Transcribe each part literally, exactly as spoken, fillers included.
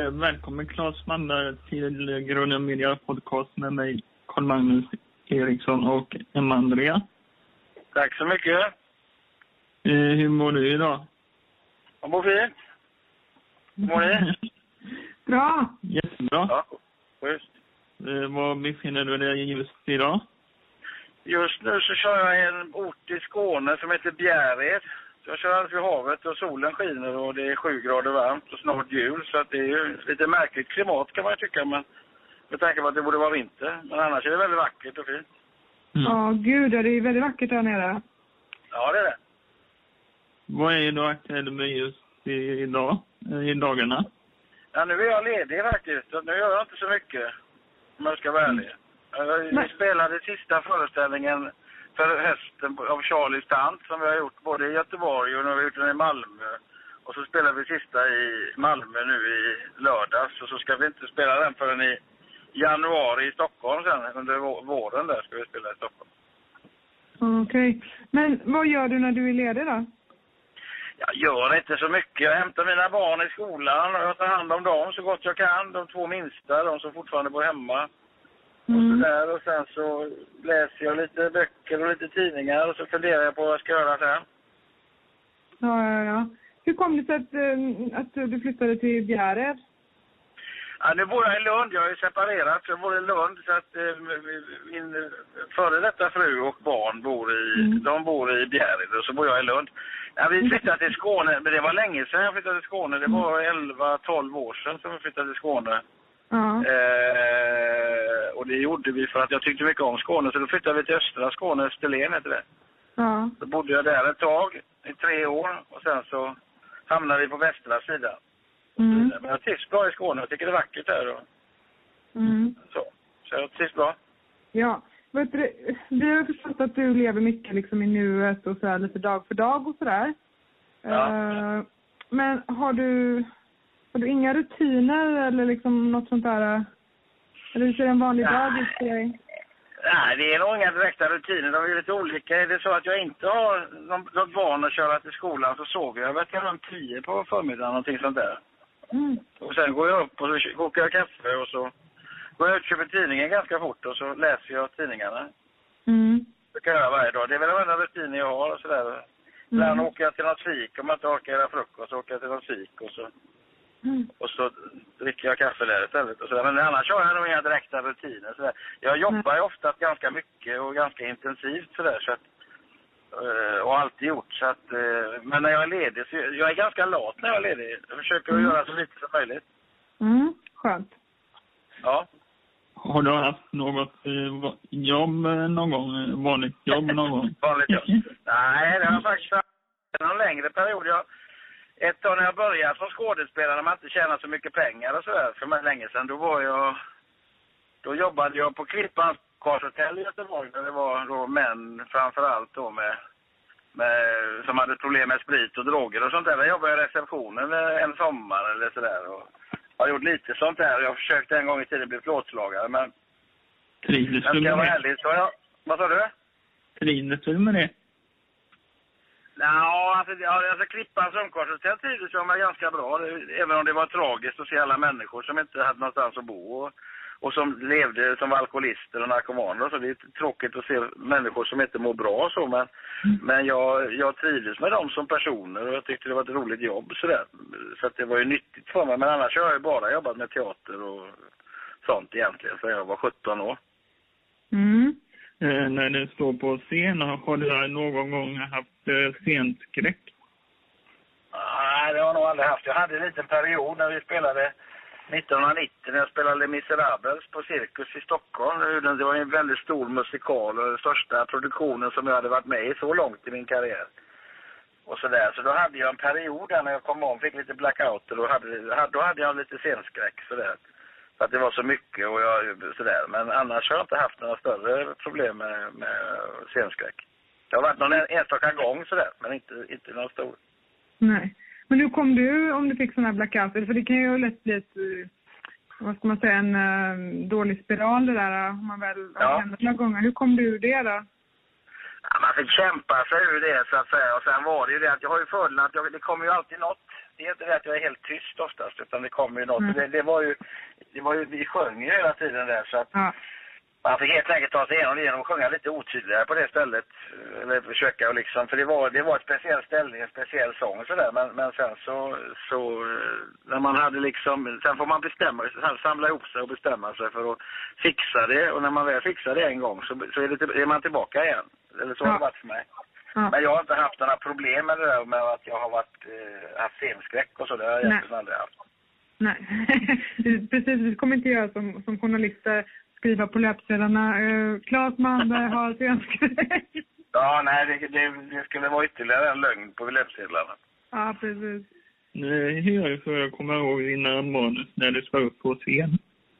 Eh, välkommen Claes Mandar till Gröna Media Podcast med mig, Carl-Magnus Eriksson och Emma Andrea. Tack så mycket. Eh, hur mår du idag? Jag mår fint. Hur mår ni? Bra. Jättebra. Ja, just. Eh, var befinner du dig just idag? Just nu så kör jag i en ort i Skåne som heter Bjärred. Jag kör alldeles vid havet och solen skiner och det är sju grader varmt och snart jul. Så att det är ju lite märkligt klimat kan man ju tycka. Men med tanke på att det borde vara vinter. Men annars är det väldigt vackert och fint. Mm. Ja, gud, det är väldigt vackert där nere. Ja, det är det. Vad är du aktuell med just idag, i dagarna? Ja, nu är jag ledig faktiskt. Så nu gör jag inte så mycket, om jag ska vara ärlig. Vi spelade sista föreställningen för hösten av Charlies tant som vi har gjort både i Göteborg och nu har vi gjort den i Malmö. Och så spelar vi sista i Malmö nu i lördags och så ska vi inte spela den förrän i januari i Stockholm sen. Under våren där ska vi spela i Stockholm. Okej. Okay. Men vad gör du när du är ledig då? Jag gör inte så mycket. Jag hämtar mina barn i skolan och jag tar hand om dem så gott jag kan. De två minsta, de som fortfarande bor hemma. Mm. Och, så där. Och sen så läser jag lite böcker och lite tidningar och så funderar jag på vad jag ska göra sen. Ja, ja, ja. Hur kom det sig att, att du flyttade till Bjärred? Ja, nu bor jag i Lund. Jag är separerat så jag bor i Lund så att eh, min före detta fru och barn bor i, mm. de bor i Bjärred och så bor jag i Lund. Ja, vi flyttade till Skåne, men det var länge sedan jag flyttade till Skåne. Det var elva tolv år sedan som vi flyttade till Skåne. Mm. Eh, och det gjorde vi för att jag tyckte mycket om Skåne. Så då flyttade vi till östra Skåne, Österlen heter det. Mm. Så bodde jag där ett tag, i tre år. Och sen så hamnade vi på västra sidan. Mm. Men jag trivs bra i Skåne, jag tycker det är vackert här. Och mm. så. så jag trivs bra. Ja, vet du, vi har förstått att du lever mycket liksom i nuet och så här, lite dag för dag och sådär. Ja. Uh, men har du, har du inga rutiner eller liksom något sånt där? Eller hur ser en vanlig Nej. dag ut för dig? Nej, det är nog inga direkta rutiner. De är lite olika. Är det så att jag inte har något barn att köra till skolan så sover jag. Jag vet runt tio på förmiddagen, någonting sånt där. Mm. Och sen går jag upp och så kokar jag kaffe och så går jag ut och köper tidningen ganska fort och så läser jag tidningarna. Mm. Det kan jag göra varje dag. Det är väl de enda rutiner jag har och sådär. Mm. Sen åker jag till något fik. Om jag inte orkar göra frukost så åker jag till något fik och så, mm. och så dricker jag kaffe där istället. Och så men annars har jag nog inga direkta rutiner. Så jag jobbar ju ofta ganska mycket och ganska intensivt sådär. Så att, och alltid gjort. Så att, men när jag är ledig, så jag är ganska lat när jag är ledig. Jag försöker mm. göra så lite som möjligt. Mm, skönt. Ja. Har du haft något eh, jobb någon gång? Vanligt jobb någon gång? Vanligt jobb? Nej, det har jag faktiskt haft en längre period. Jag, ett år när jag började som skådespelare när man inte tjänar så mycket pengar och sådär för mig länge sedan. Då var jag, då jobbade jag på Klippans Karlshotell i Göteborg. Där det var då män framförallt då med, med, som hade problem med sprit och droger och sånt där. Där jobbade jag i receptionen en sommar eller sådär och jag har gjort lite sånt där. Jag försökte en gång i tiden bli plåtslagare, men... Trivdes du med det? Ärlig, så jag... Vad sa du? Trivdes du med det? Ja, alltså, alltså Klippans ungkarlshotell trivdes jag med ganska bra. Det, även om det var tragiskt att se alla människor som inte hade någonstans att bo. Och, och som levde som alkoholister och narkomaner. Så det är tråkigt att se människor som inte mår bra och så. Men, mm. men jag, jag trivdes med dem som personer och jag tyckte det var ett roligt jobb. Sådär. Så att det var ju nyttigt för mig. Men annars har jag ju bara jobbat med teater och sånt egentligen. Så jag var sjutton år. Mm. Eh, när du står på scen, har du någon gång haft eh, scenskräck? Nej, det har jag nog aldrig haft. Jag hade en liten period när vi spelade nittonhundranittio när jag spelade Les Misérables på Cirkus i Stockholm. Det var en väldigt stor musikal och den största produktionen som jag hade varit med i så långt i min karriär. Och så där. Så då hade jag en period där när jag kom om, fick lite blackouter och hade, då hade jag lite scenskräck sådär. För att det var så mycket och jag sådär. Men annars har jag inte haft några större problem med, med scenskräck. Det har varit någon enstaka gång sådär, men inte, inte någon stor. Nej. Men hur kom du om du fick sådana här blackouter? För det kan ju lätt bli ett, vad ska man säga, en uh, dålig spiral det där om man väl har ja. hänt några gånger. Hur kom du ur det då? Ja, man fick kämpa sig ur det så att säga. Och sen var det ju det att jag har ju fördelen att jag, det kommer ju alltid något. Det är inte det att jag är helt tyst oftast, utan det kommer ju något. Mm. Det, det var ju, det var ju, vi sjöng ju hela tiden där så att ja. Man fick helt enkelt ta sig igenom det genom att sjunga lite otydligare på det stället. Eller försöka och liksom, för det var, det var ett speciellt ställe, en speciell sång och sådär. Men, men sen så, så, när man hade liksom, sen får man bestämma sig, samla ihop sig och bestämma sig för att fixa det. Och när man väl fixar det en gång så, så är, det, är man tillbaka igen. Eller så har det varit för mig. Ja. Men jag har inte haft några problem med det där med att jag har varit, eh, haft scenskräck och så. Det har jag egentligen aldrig haft. Nej, precis. Vi kommer inte göra som, som journalister. Skriva på löpsedlarna. Uh, Claes Malmberg har scenskräck. Ja, nej, det, det, det skulle vara ytterligare en lögn på löpsedlarna. Ja, precis. Nej, hur är det för att komma ihåg innan manus när du ska upp på scen?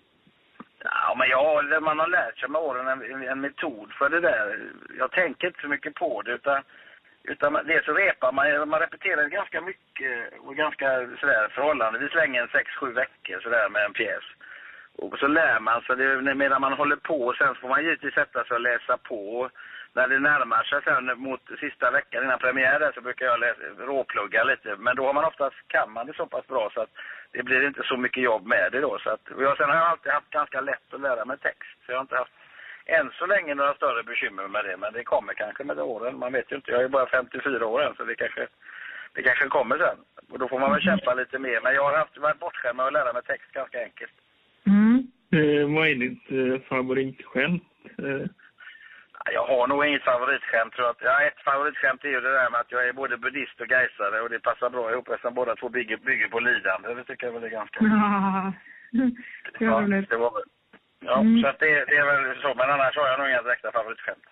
Ja, men jag, man har lärt sig med åren en, en metod för det där. Jag tänker inte så mycket på det, utan, utan det så repar man. Man repeterar ganska mycket och ganska sådär förhållandevis länge, en sex sju veckor sådär med en pjäs. Och så lär man sig det medan man håller på, och sen får man givetvis sätta sig och läsa på. När det närmar sig sen mot sista veckan innan premiären så brukar jag läsa, råplugga lite. Men då har man oftast, kan man det så pass bra så att det blir inte så mycket jobb med det då. Så att, och jag, sen har jag alltid haft ganska lätt att lära mig text. Så jag har inte haft än så länge några större bekymmer med det. Men det kommer kanske med åren, man vet ju inte. Jag är bara femtiofyra år än så det kanske, det kanske kommer sen. Och då får man väl kämpa lite mer. Men jag har haft varit bortskämd med att lära mig text ganska enkelt. Mm. Eh, vad är ditt eh, favoritskämt? Eh. Jag har nog inget favoritskämt, tror jag. Ja, ett favoritskämt är ju det där med att jag är både buddhist och geisare, och det passar bra ihop eftersom båda två bygger, bygger på lidande. Det tycker jag väl är ganska... Ja, det var roligt. Ja, det var väl... Ja, mm. Så att det, det är väl så. Men annars har jag nog inga direkta favoritskämt.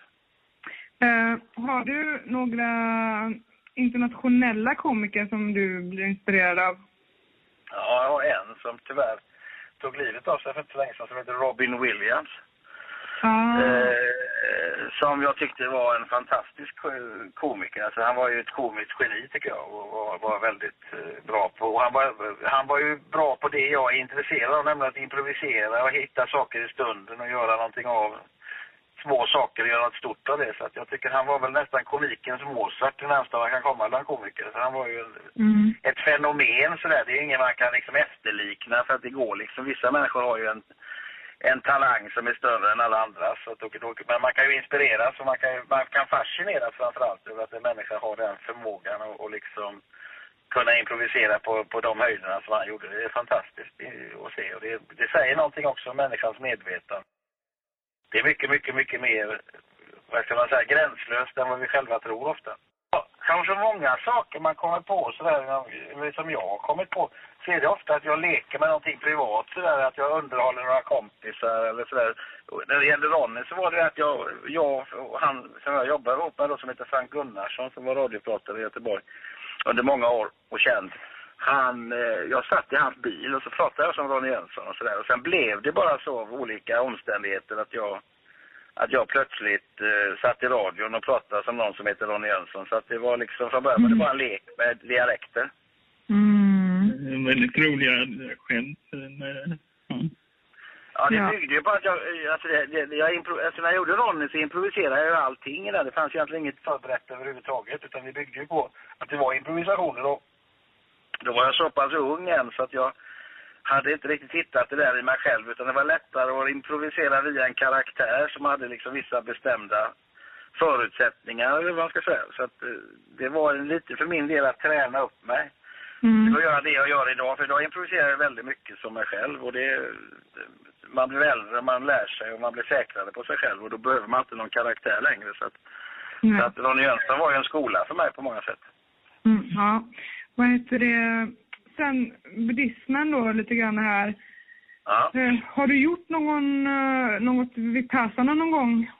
Uh, har du några internationella komiker som du blir inspirerad av? Ja, jag har en som tyvärr tog livet av sig för inte så länge sedan, som heter Robin Williams. Ah. Eh, som jag tyckte var en fantastisk komiker. Alltså, han var ju ett komiskt geni tycker jag, och var, var väldigt eh, bra på. Han var, han var ju bra på det jag är intresserad av, nämligen att improvisera och hitta saker i stunden och göra någonting av små saker och göra något stort av det. Så att jag tycker han var väl nästan komikens Mozart, det närmsta man kan komma bland komiker. Så han var ju mm. ett fenomen sådär. Det är ingen man kan liksom efterlikna, för att det går liksom. Vissa människor har ju en en talang som är större än alla andra. Så att, men man kan ju inspireras och man kan, man kan fascineras framförallt över att en människa har den förmågan och, och liksom kunna improvisera på, på de höjderna som han gjorde. Det är fantastiskt att se, och det, det säger någonting också om människans medvetande. Det är mycket, mycket, mycket mer, vad ska man säga, gränslöst än vad vi själva tror ofta. Kanske många saker man kommer på sådär, som jag har kommit på, så är det ofta att jag leker med någonting privat sådär, att jag underhåller några kompisar eller sådär. När det gäller Ronny så var det att jag, jag och han som jag jobbar ihop med då, som heter Frank Gunnarsson, som var radiopratare i Göteborg under många år och känd. Han, jag satt i hans bil och så pratade jag som Ronny Jönsson och sådär, och sen blev det bara så av olika omständigheter att jag att jag plötsligt eh, satt i radion och pratade som någon som heter Ronny Jönsson. Så att det var liksom, från början var det bara en lek med dialekter. Mm. Väldigt roliga skämt. Mm. Ja, det byggde ju på att jag, alltså, det, det, jag impro, alltså när jag gjorde Ronny så improviserade jag ju allting i det. Det fanns ju egentligen inget förberett överhuvudtaget, utan det byggde ju på att det var improvisationer. Och då var jag så pass ung än så att jag hade inte riktigt hittat det där i mig själv, utan det var lättare att improvisera via en karaktär som hade liksom vissa bestämda förutsättningar, eller vad man ska säga. Så att det var lite för min del att träna upp mig. Mm. Att göra det jag gör idag, för idag improviserar jag väldigt mycket som mig själv, och det, man blir äldre, man lär sig och man blir säkrare på sig själv, och då behöver man inte någon karaktär längre. Så att, mm. så att Ronny Jönsson var ju en skola för mig på många sätt. Mm, ja, vad heter det? Sen buddhismen då lite grann här. Ja. Eh, har du gjort någon uh, något vipassana någon gång?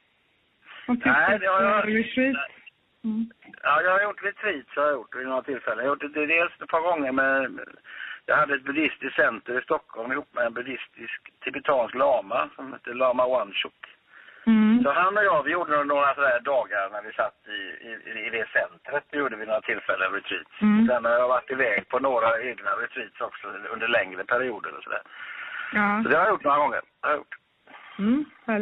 Nej, det har jag. Retreat? Mm. Ja, jag har gjort retreat så har jag gjort vid några tillfällen. Jag har gjort det dels ett par gånger med, jag hade ett buddhistiskt center i Stockholm ihop med en buddhistisk tibetansk lama som heter Lama Wanchuk. Mm. Så han och jag, vi gjorde några sådär dagar när vi satt i, i, i det centret. Det gjorde vi några tillfällen retreats. Mm. Sen har jag varit iväg på några egna retreats också under längre perioder och sådär. Ja. Så det har jag gjort några gånger. Har jag gjort. Mm, härligt.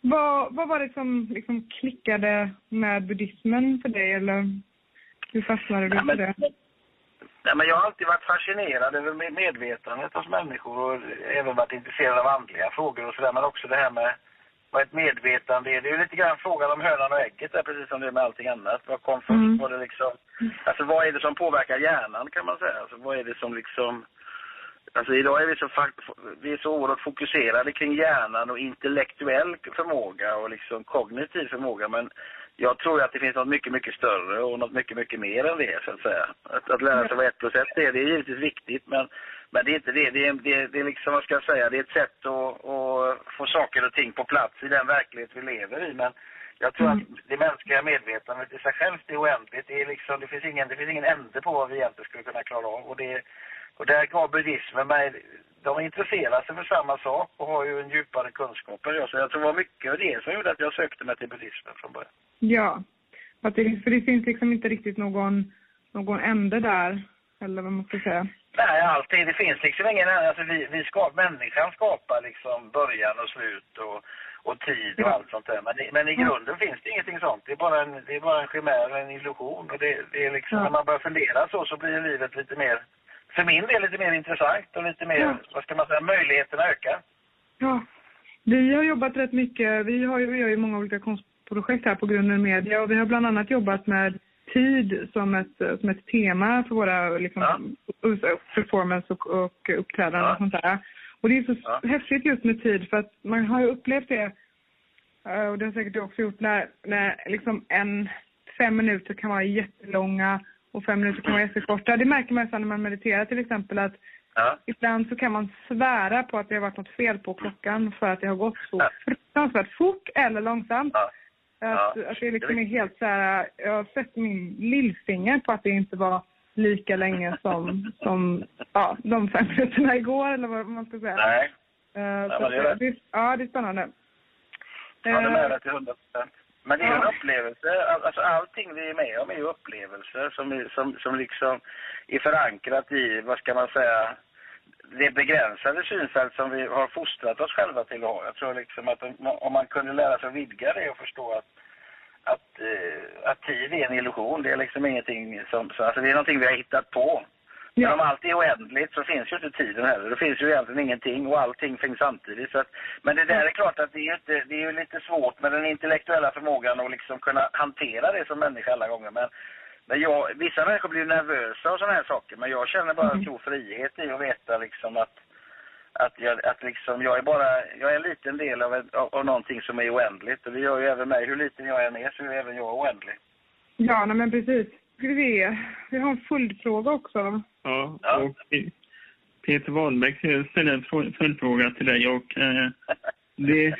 Vad, vad var det som liksom klickade med buddhismen för dig, eller hur fastnade du för det? Nej, men jag har alltid varit fascinerad över medvetandet hos människor och även varit intresserad av andliga frågor och sådär, men också det här med vad ett medvetande är. Det är ju lite grann frågan om hönan och ägget där, precis som det är med allting annat. Vad kom först? Mm. Var det liksom, alltså vad är det som påverkar hjärnan, kan man säga? Alltså vad är det som liksom, alltså idag är vi så, vi är så oerhört fokuserade kring hjärnan och intellektuell förmåga och liksom kognitiv förmåga, men jag tror att det finns något mycket, mycket större och något mycket, mycket mer än det, så att säga. Att, att lära sig vad ett plus ett är, det är givetvis viktigt, men, men det är inte det. Det är, det, är, det är liksom, vad ska jag säga, det är ett sätt att, att få saker och ting på plats i den verklighet vi lever i. Men jag tror mm. att det mänskliga medvetandet i sig självt är oändligt. Det, är liksom, det, finns ingen, det finns ingen ände på vad vi egentligen skulle kunna klara av. Och, det, och där gav buddhismen mig, de intresserar sig för samma sak och har ju en djupare kunskap än jag. Så jag tror det var mycket av det som gjorde att jag sökte mig till buddhismen från början. Ja, för det, för det finns liksom inte riktigt någon, någon ände där, eller vad man ska säga. Nej, alltid. Det finns liksom ingen ände. Alltså vi, vi skap, människan skapar liksom början och slut och, och tid och ja. allt sånt där. Men, det, men i grunden ja. finns det ingenting sånt. Det är bara en, det är bara en chimär, en illusion. Och det, det är liksom, ja. när man börjar fundera så, så blir livet lite mer, för min del lite mer intressant och lite mer, ja. vad ska man säga, möjligheterna ökar. Ja, vi har jobbat rätt mycket. Vi har ju, vi har ju många olika konstprojekt här på Grunden Media och vi har bland annat jobbat med tid som ett, som ett tema för våra liksom, ja. performance och, och uppträdanden ja. och sånt där. Och det är så ja. häftigt just med tid, för att man har ju upplevt det, och det har säkert också gjort, när, när liksom en fem minuter kan vara jättelånga och fem minuter kan vara jättekorta. Det märker man när man mediterar till exempel, att ja. ibland så kan man svära på att det har varit något fel på klockan för att det har gått så ja. fruktansvärt fort eller långsamt. Ja. Att, ja. att det liksom är helt så här, jag har sett min lillfinger på att det inte var lika länge som, som ja, de fem minuterna igår, eller vad man ska säga. Nej. Uh, ja, så det, det, ja, det är spännande. Ja, det är det till hundra procent. Men det är ju en upplevelse, alltså allting vi är med om är ju upplevelser som, som, som liksom är förankrat i, vad ska man säga, det begränsade synfält som vi har fostrat oss själva till att ha. Jag tror liksom att om man kunde lära sig att vidga det och förstå att, att, att tid är en illusion, det är liksom ingenting som, så, alltså det är någonting vi har hittat på. Ja. Men om allt är oändligt så finns ju inte tiden heller. Det finns ju egentligen ingenting och allting finns samtidigt. Så att, men det där är klart att det är, inte, det är ju lite svårt med den intellektuella förmågan att liksom kunna hantera det som människa alla gånger. Men, men jag, vissa människor blir nervösa och sådana här saker. Men jag känner bara en stor frihet i att veta liksom att, att, jag, att liksom jag är bara jag är en liten del av, ett, av, av någonting som är oändligt. Och det gör ju även mig. Hur liten jag än är så är även jag oändlig. Ja, nej, men precis. Vi, vi har en följdfråga också. Ja, och Peter Wahlbeck ställer en följdfråga till dig och eh, det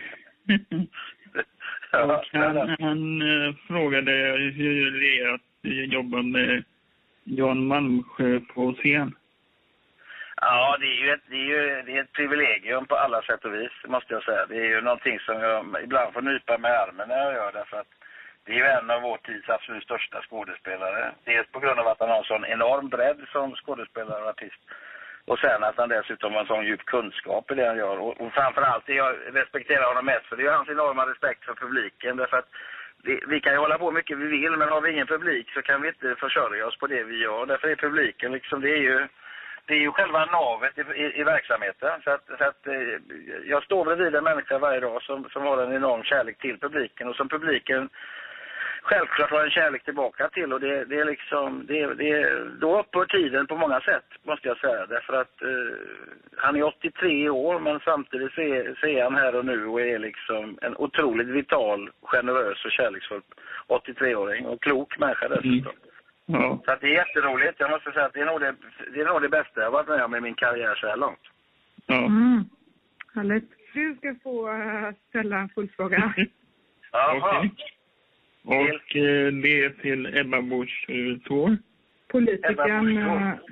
och han, han äh, frågade hur det är att jobba med Jan Malmsjö på scen. Ja, det är ju ett, det är ju, det är ett privilegium på alla sätt och vis, måste jag säga. Det är ju någonting som jag ibland får nypa med armen när jag gör det, för att det är ju en av vår tids absolut största skådespelare. Dels på grund av att han har en sån enorm bredd som skådespelare och artist. Och sen att han dessutom har en sån djup kunskap i det han gör. Och, och framförallt det jag respekterar honom mest för, det är hans enorma respekt för publiken. Därför att det, vi kan ju hålla på mycket vi vill, men har vi ingen publik så kan vi inte försörja oss på det vi gör. Därför är publiken liksom, det är ju... Det är ju själva navet i, i, i verksamheten. Så att, så att eh, jag står bredvid en människa varje dag som, som har en enorm kärlek till publiken. Och som publiken självklart har en kärlek tillbaka till. Och det, det är liksom, det, det, då upphör tiden på många sätt, måste jag säga. Därför att eh, han är åttiotre år, men samtidigt så är, så är han här och nu och är liksom en otroligt vital, generös och kärleksfull åttiotre-åring. Och klok människa dessutom. Mm. Ja. Så att det är jätteroligt. Jag måste säga att det är nog det, det, är nog det bästa jag har varit med om i min karriär så här långt. Ja. Mm. Härligt. Du ska få uh, ställa en fullfråga. Jaha. Okay. Och uh, det är till Ebba Busch uh, Thor. Politikern. Uh... Uh,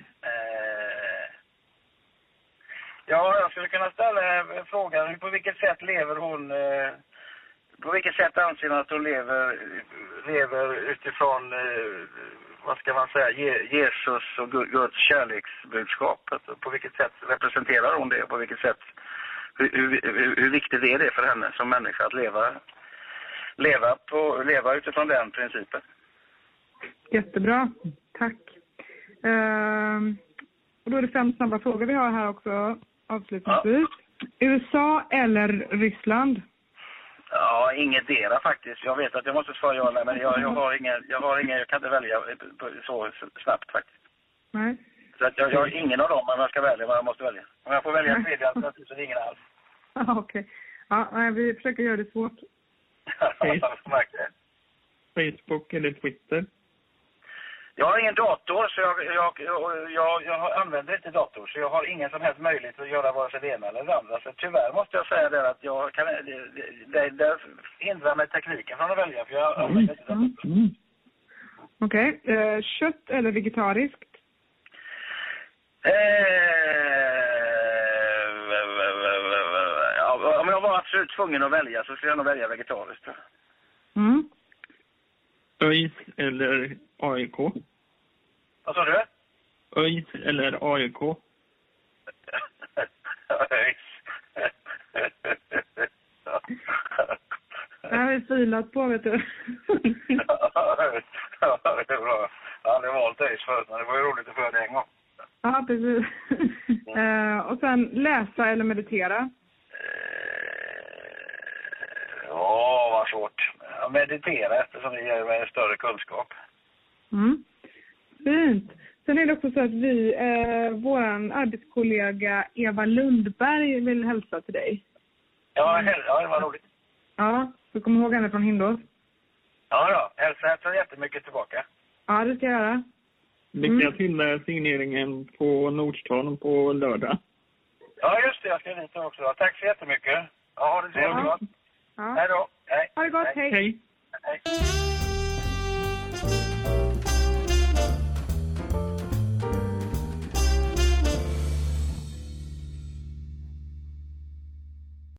ja, jag skulle kunna ställa frågan. På vilket sätt lever hon... Uh, på vilket sätt anser hon att hon lever, lever utifrån... Uh, vad ska man säga, Jesus och Guds kärleksbudskap? På vilket sätt representerar hon det? På vilket sätt hur, hur, hur viktigt är det för henne som människa att leva, leva, på, leva utifrån den principen. Jättebra, tack. Uh, och då är det fem snabba frågor vi har här också avslutningsvis. Ja. U S A eller Ryssland? Ja, inget dera faktiskt. Jag vet att jag måste svara ja, men jag, jag har ingen, jag har ingen, jag kan inte välja så snabbt faktiskt. Nej. Så att jag, jag har ingen av dem om jag ska välja vad jag måste välja. Om jag får välja ett tredje alternativ så är det ingen alls. Okej. Okay. Ja, nej, vi försöker göra det svårt. Facebook eller Twitter? Jag har ingen dator så jag, jag, jag, jag, jag använder inte dator så jag har ingen som helst möjlighet att göra vare sig det ena eller det andra. Så tyvärr måste jag säga det att jag kan, det, det, det hindrar mig tekniken från att välja för jag använder inte dator. Mm. Mm. Okej, okay. eh, kött eller vegetariskt? Eh, ja, om jag var absolut tvungen att välja så skulle jag nog välja vegetariskt. Mm. ÖIS eller A I K? Vad sa du? ÖIS eller A I K? ÖIS. Det har vi filat på, vet du. Ja, det är bra. Jag har aldrig valt ÖIS förut, men det var ju roligt att få det en gång. Ja, precis. uh, och sen läsa eller meditera? Ja, vad svårt. Jag mediterar eftersom det ger mig en större kunskap. Mm. Fint. Sen är det också så att vi, eh, våran arbetskollega Eva Lundberg vill hälsa till dig. Ja, ja det var roligt. Ja, du kommer ihåg henne från Hindås? Ja, ja. Hälsa så jättemycket tillbaka. Ja, det ska jag göra. Lycka mm. till med signeringen på Nordstan på lördag. Ja, just det. Jag ska dit också. Tack så jättemycket. Ja, ha det trevligt. Ja. Hej då. Hej. Ha det gott. Hej. Hej. Hej.